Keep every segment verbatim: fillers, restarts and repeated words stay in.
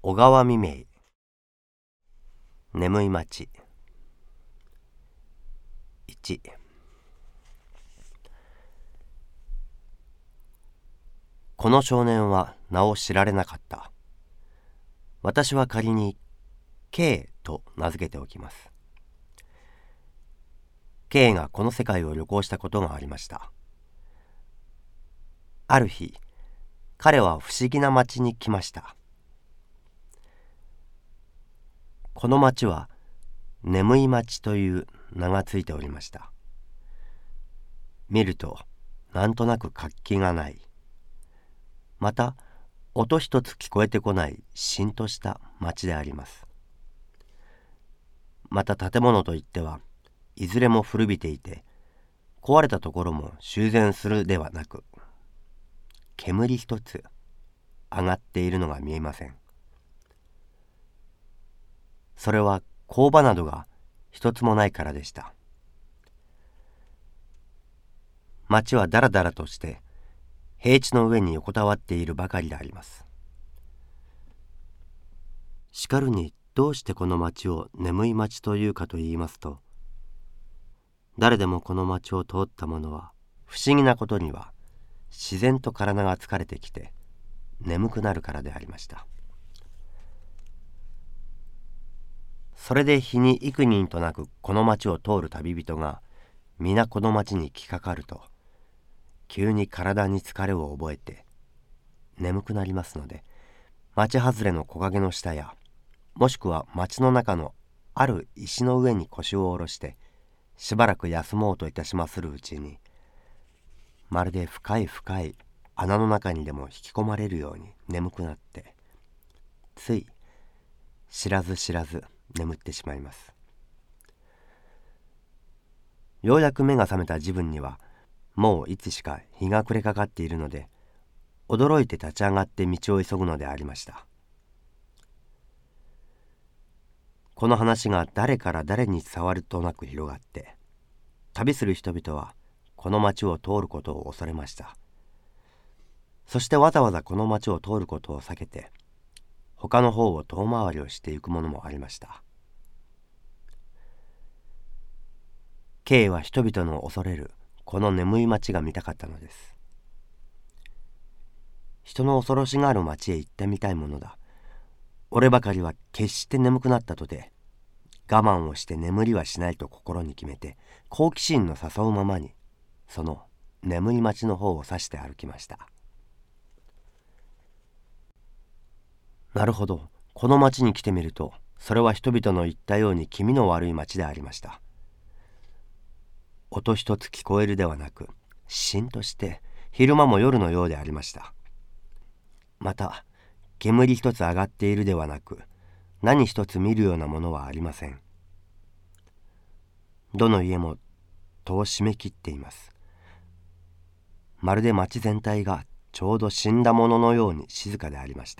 小川未明。眠い町。いち。この少年は名を知られなかった。私は仮に K と名付けておきます。K がこの世界を旅行したことがありました。ある日、彼は不思議な町に来ました。この町は眠い町という名がついておりました。見るとなんとなく活気がない。また音一つ聞こえてこないしんとした町であります。また建物といってはいずれも古びていて、壊れたところも修繕するではなく、煙一つ上がっているのが見えません。それは工場などが一つもないからでした。町はだらだらとして平地の上に横たわっているばかりであります。しかるにどうしてこの町を眠い町というかと言いますと、誰でもこの町を通った者は不思議なことには自然と体が疲れてきて眠くなるからでありました。それで日に幾人となくこの町を通る旅人が皆この町に来かかると、急に体に疲れを覚えて眠くなりますので、町外れの木陰の下や、もしくは町の中のある石の上に腰を下ろしてしばらく休もうといたしまするうちに、まるで深い深い穴の中にでも引き込まれるように眠くなって、つい知らず知らず眠ってしまいます。ようやく目が覚めた自分には、もういつしか日が暮れかかっているので、驚いて立ち上がって道を急ぐのでありました。この話が誰から誰に伝わるとなく広がって、旅する人々はこの町を通ることを恐れました。そしてわざわざこの町を通ることを避けて、他の方を遠回りをしていくものもありました。K は人々の恐れるこの眠い町が見たかったのです。人の恐ろしがある町へ行ってみたいものだ。俺ばかりは決して眠くなったとて、我慢をして眠りはしないと心に決めて、好奇心の誘うままにその眠い町の方を指して歩きました。なるほど、この町に来てみると、それは人々の言ったように気味の悪い町でありました。音一つ聞こえるではなく、しんとして昼間も夜のようでありました。また煙一つ上がっているではなく、何一つ見るようなものはありません。どの家も戸を閉め切っています。まるで町全体がちょうど死んだもののように静かでありました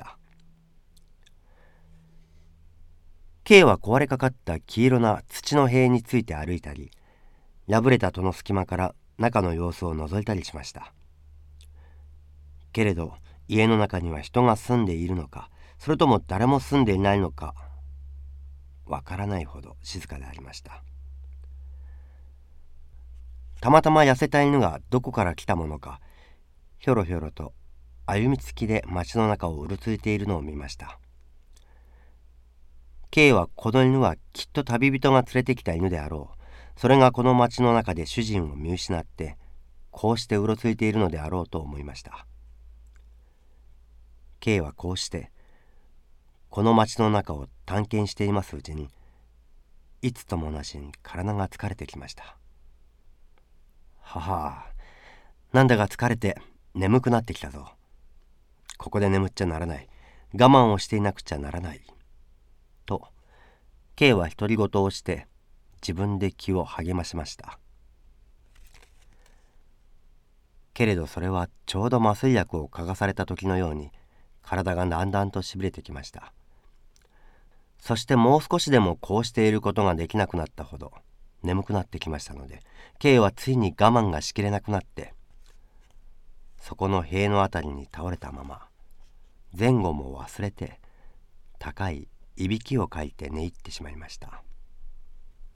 。K は壊れかかった黄色な土の塀について歩いたり、破れた戸の隙間から中の様子を覗いたりしました。けれど家の中には人が住んでいるのか、それとも誰も住んでいないのか、わからないほど静かでありました。たまたま痩せた犬がどこから来たものか、ひょろひょろと歩みつきで町の中をうろついているのを見ました。K はこの犬はきっと旅人が連れてきた犬であろう。それがこの町の中で主人を見失って、こうしてうろついているのであろうと思いました。K はこうしてこの町の中を探検していますうちに、いつともなしに体が疲れてきました。はは、なんだか疲れて眠くなってきたぞ。ここで眠っちゃならない。我慢をしていなくちゃならない。と K は独り言をして自分で気を励ましました。けれどそれはちょうど麻酔薬を嗅がされた時のように、体がだんだんとしびれてきました。そしてもう少しでもこうしていることができなくなったほど眠くなってきましたので、 K はついに我慢がしきれなくなって、そこの塀のあたりに倒れたまま前後も忘れて高いいびきをかいて寝入ってしまいました。